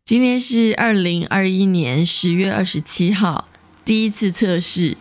今天是2021年10月27号，第一次测试。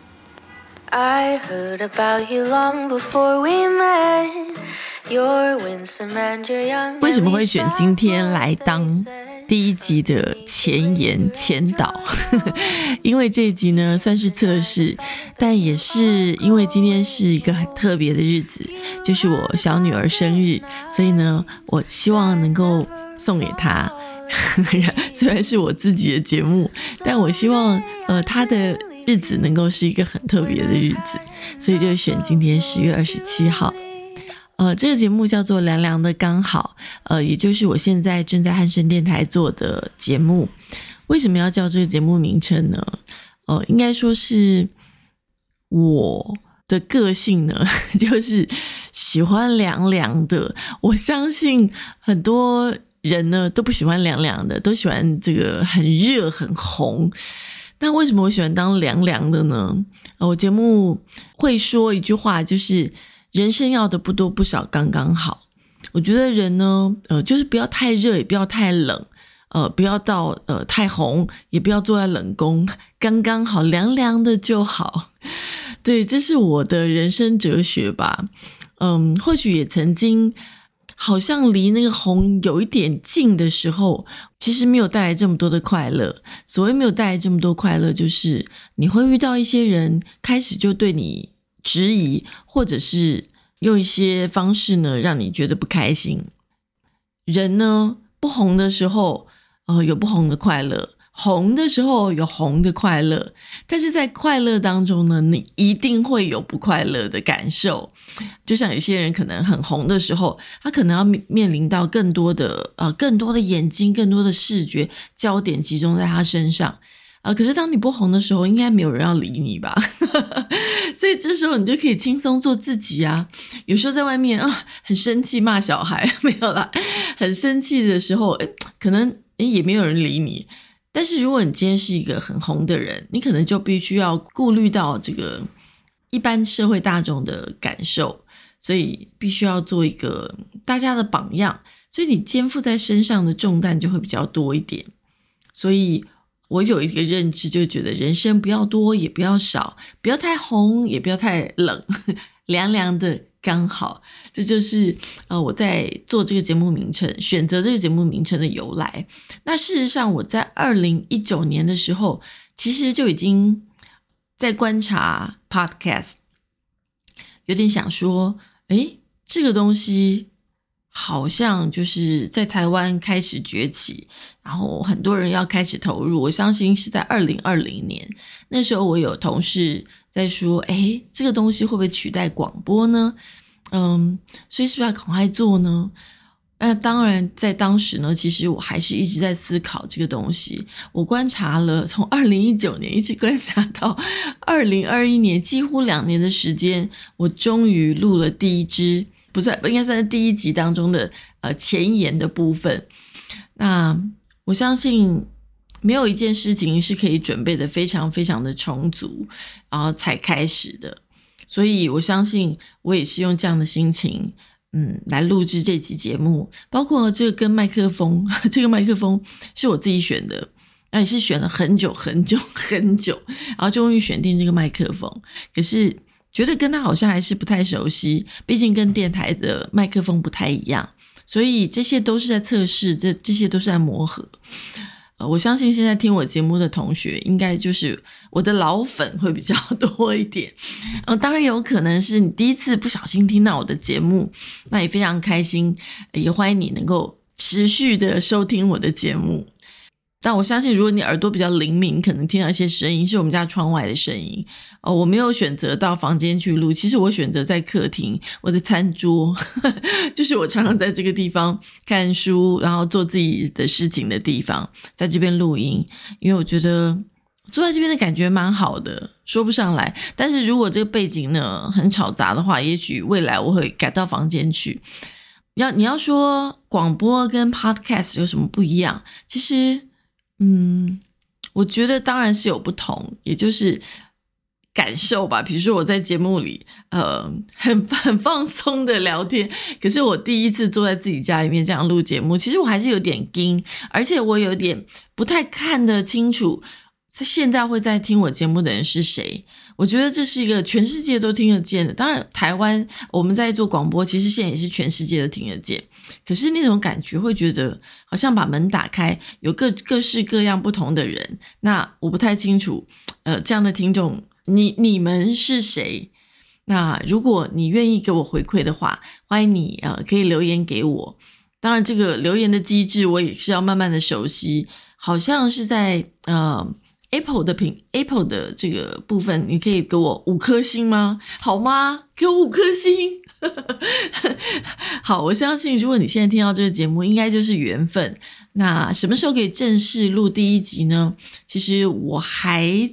I heard about you long before we met. You're winsome and you're young. 为什么会选今天来当第一集的前言前导？因为这一集呢算是测试，但也是因为今天是一个很特别的日子，就是我小女儿生日，所以呢我希望能够送给她。虽然是我自己的节目，但我希望她的日子能够是一个很特别的日子，所以就选今天10月27号。这个节目叫做凉凉的刚好，也就是我现在正在汉声电台做的节目。为什么要叫这个节目名称呢？应该说是我的个性呢，就是喜欢凉凉的。我相信很多人呢都不喜欢凉凉的，都喜欢这个很热很红。那为什么我喜欢当凉凉的呢？我节目会说一句话，就是人生要的不多不少，刚刚好。我觉得人呢，就是不要太热，也不要太冷，不要到太红，也不要坐在冷宫，刚刚好，凉凉的就好。对，这是我的人生哲学吧。或许也曾经好像离那个红有一点近的时候，其实没有带来这么多的快乐。所谓没有带来这么多快乐，就是你会遇到一些人开始就对你质疑，或者是用一些方式呢让你觉得不开心。人呢不红的时候有不红的快乐，红的时候有红的快乐，但是在快乐当中呢，你一定会有不快乐的感受。就像有些人可能很红的时候，他可能要面临到更多的眼睛，更多的视觉焦点集中在他身上。可是当你不红的时候，应该没有人要理你吧？所以这时候你就可以轻松做自己啊。有时候在外面很生气骂小孩，没有啦，很生气的时候，可能也没有人理你。但是如果你今天是一个很红的人，你可能就必须要顾虑到这个一般社会大众的感受，所以必须要做一个大家的榜样，所以你肩负在身上的重担就会比较多一点。所以我有一个认知，就觉得人生不要多也不要少，不要太红也不要太冷，凉凉的刚好。这就是我在做这个节目名称，选择这个节目名称的由来。那事实上我在2019年的时候，其实就已经在观察 podcast， 有点想说这个东西好像就是在台湾开始崛起，然后很多人要开始投入。我相信是在2020年，那时候我有同事在说这个东西会不会取代广播呢？所以是不是要赶快做呢？当然在当时呢，其实我还是一直在思考这个东西。我观察了从2019年一直观察到2021年，几乎2年的时间，我终于录了第一支，应该算是第一集当中的前言的部分。那我相信没有一件事情是可以准备的非常非常的充足，然后才开始的。所以我相信我也是用这样的心情来录制这期节目，包括这个跟麦克风，这个麦克风是我自己选的，那也是选了很久很久很久，然后终于选定这个麦克风。可是觉得跟他好像还是不太熟悉，毕竟跟电台的麦克风不太一样，所以这些都是在测试，这些都是在磨合。我相信现在听我节目的同学应该就是我的老粉会比较多一点。当然有可能是你第一次不小心听到我的节目，那也非常开心，也欢迎你能够持续的收听我的节目。但我相信如果你耳朵比较灵敏，可能听到一些声音是我们家窗外的声音。我没有选择到房间去录，其实我选择在客厅，我的餐桌就是我常常在这个地方看书，然后做自己的事情的地方，在这边录音。因为我觉得坐在这边的感觉蛮好的，说不上来。但是如果这个背景呢很吵杂的话，也许未来我会改到房间去。你要说广播跟 podcast 有什么不一样，其实我觉得当然是有不同，也就是感受吧。比如说我在节目里很放松的聊天，可是我第一次坐在自己家里面这样录节目，其实我还是有点惊，而且我有点不太看得清楚现在会在听我节目的人是谁。我觉得这是一个全世界都听得见的，当然台湾我们在做广播，其实现在也是全世界都听得见，可是那种感觉会觉得好像把门打开，有各式各样不同的人。那我不太清楚这样的听众你们是谁。那如果你愿意给我回馈的话，欢迎你可以留言给我。当然这个留言的机制我也是要慢慢的熟悉，好像是在Apple 的这个部分，你可以给我5颗星吗？好吗？给我5颗星。好，我相信如果你现在听到这个节目，应该就是缘分。那什么时候可以正式录第1集呢？其实我还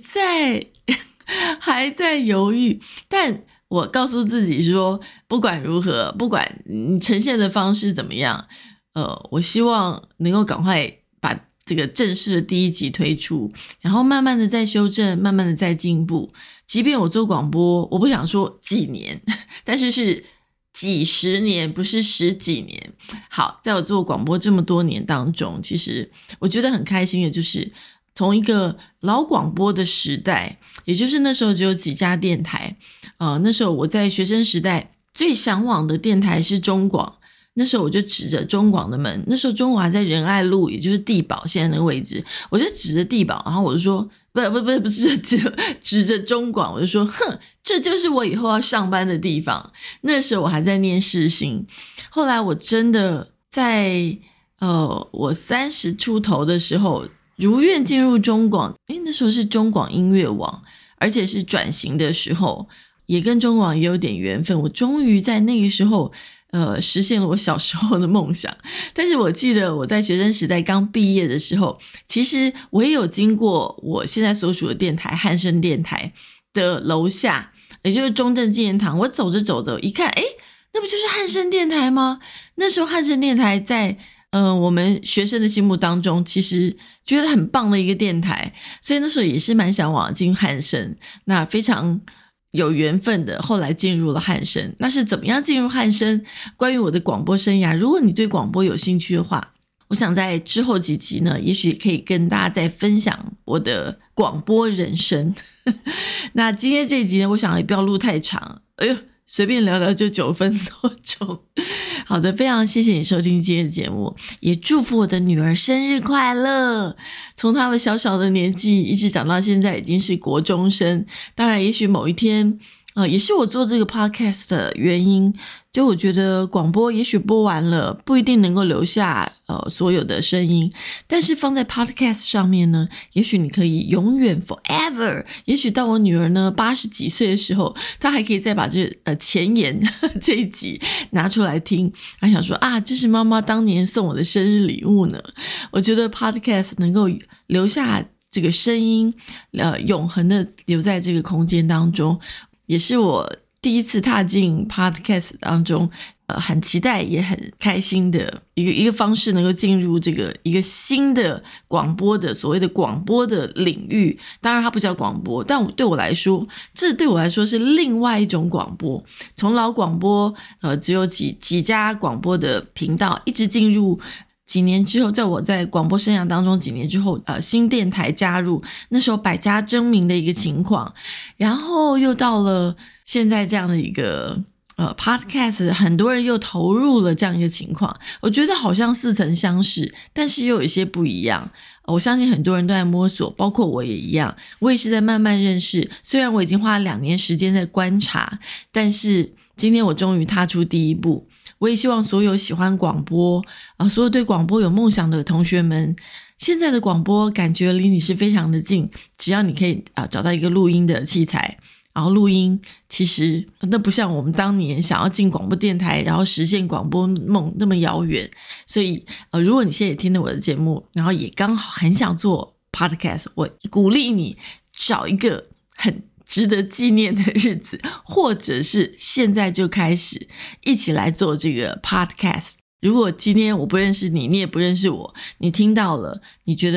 在犹豫，但我告诉自己说，不管如何，不管你呈现的方式怎么样，我希望能够赶快把这个正式的第1集推出，然后慢慢的再修正，慢慢的再进步。即便我做广播，我不想说几年，但是几十年，不是10几年。好，在我做广播这么多年当中，其实我觉得很开心的就是从一个老广播的时代，也就是那时候只有几家电台，那时候我在学生时代最向往的电台是中广，那时候我就指着中广的门，那时候中广还在仁爱路，也就是地堡现在那个位置，我就指着地堡，然后我就说不是指着中广，我就说这就是我以后要上班的地方。那时候我还在念世新，后来我真的在我30出头的时候如愿进入中广，那时候是中广音乐网，而且是转型的时候，也跟中广也有点缘分，我终于在那个时候实现了我小时候的梦想。但是我记得我在学生时代刚毕业的时候，其实我也有经过我现在所属的电台汉声电台的楼下，也就是中正纪念堂，我走着走着一看，那不就是汉声电台吗？那时候汉声电台在我们学生的心目当中其实觉得很棒的一个电台，所以那时候也是蛮向往进汉声，那非常有缘分的后来进入了汉声。那是怎么样进入汉声？关于我的广播生涯，如果你对广播有兴趣的话，我想在之后几集呢，也许可以跟大家再分享我的广播人生。那今天这一集呢，我想也不要录太长，随便聊聊就9分多钟。好的，非常谢谢你收听今天的节目，也祝福我的女儿生日快乐。从她们小小的年纪一直长到现在已经是国中生，当然也许某一天也是我做这个 podcast 的原因，就我觉得广播也许播完了不一定能够留下所有的声音，但是放在 podcast 上面呢，也许你可以永远 forever， 也许到我女儿呢80几岁的时候，她还可以再把这前言这一集拿出来听，还想说这是妈妈当年送我的生日礼物呢。我觉得 podcast 能够留下这个声音永恒的留在这个空间当中，也是我第一次踏进 podcast 当中很期待也很开心的一个方式，能够进入这个一个新的广播的所谓的广播的领域。当然它不叫广播，但对我来说是另外一种广播。从老广播只有几家广播的频道，一直进入几年之后，在我在广播生涯当中几年之后新电台加入，那时候百家争鸣的一个情况，然后又到了现在这样的一个podcast， 很多人又投入了这样一个情况。我觉得好像似曾相识，但是又有一些不一样。我相信很多人都在摸索，包括我也一样，我也是在慢慢认识。虽然我已经花了2年时间在观察，但是今天我终于踏出第一步。我也希望所有喜欢广播所有对广播有梦想的同学们，现在的广播感觉离你是非常的近，只要你可以找到一个录音的器材，然后录音，其实那不像我们当年想要进广播电台然后实现广播梦那么遥远。所以如果你现在也听了我的节目，然后也刚好很想做 podcast， 我鼓励你找一个很值得纪念的日子，或者是现在就开始一起来做这个 podcast。如果今天我不认识你，你也不认识我，你听到了，你觉得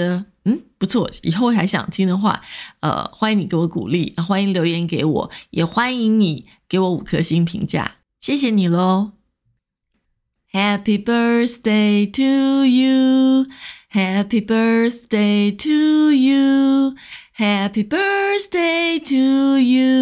不错，以后还想听的话，欢迎你给我鼓励，欢迎留言给我，也欢迎你给我5颗星评价，谢谢你咯。Happy birthday to you, happy birthday to you, happy birthday to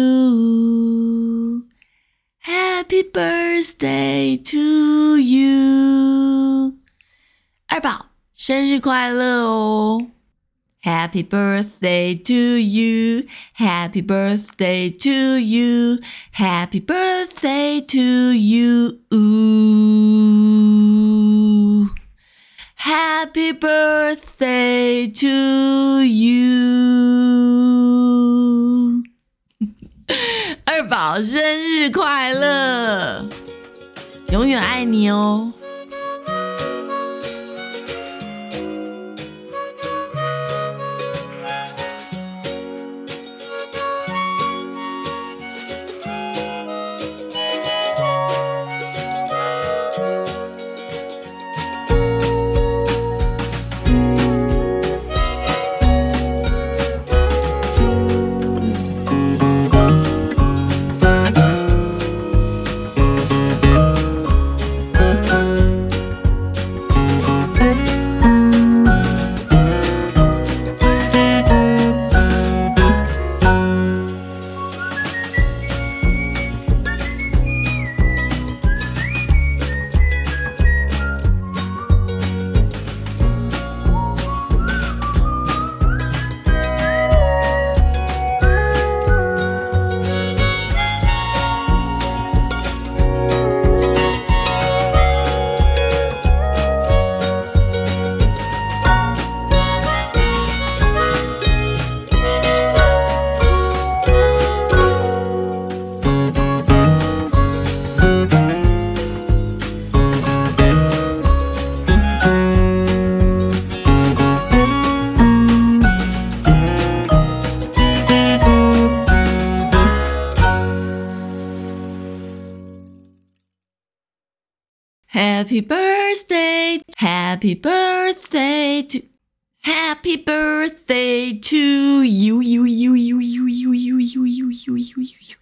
you, happy birthday to you。 二宝生日快樂哦！ Happy birthday to you, happy birthday to you, happy birthday to you, happy birthday to you。 二宝生日快樂，永遠愛你哦。Happy birthday, happy birthday to, happy birthday to you, you.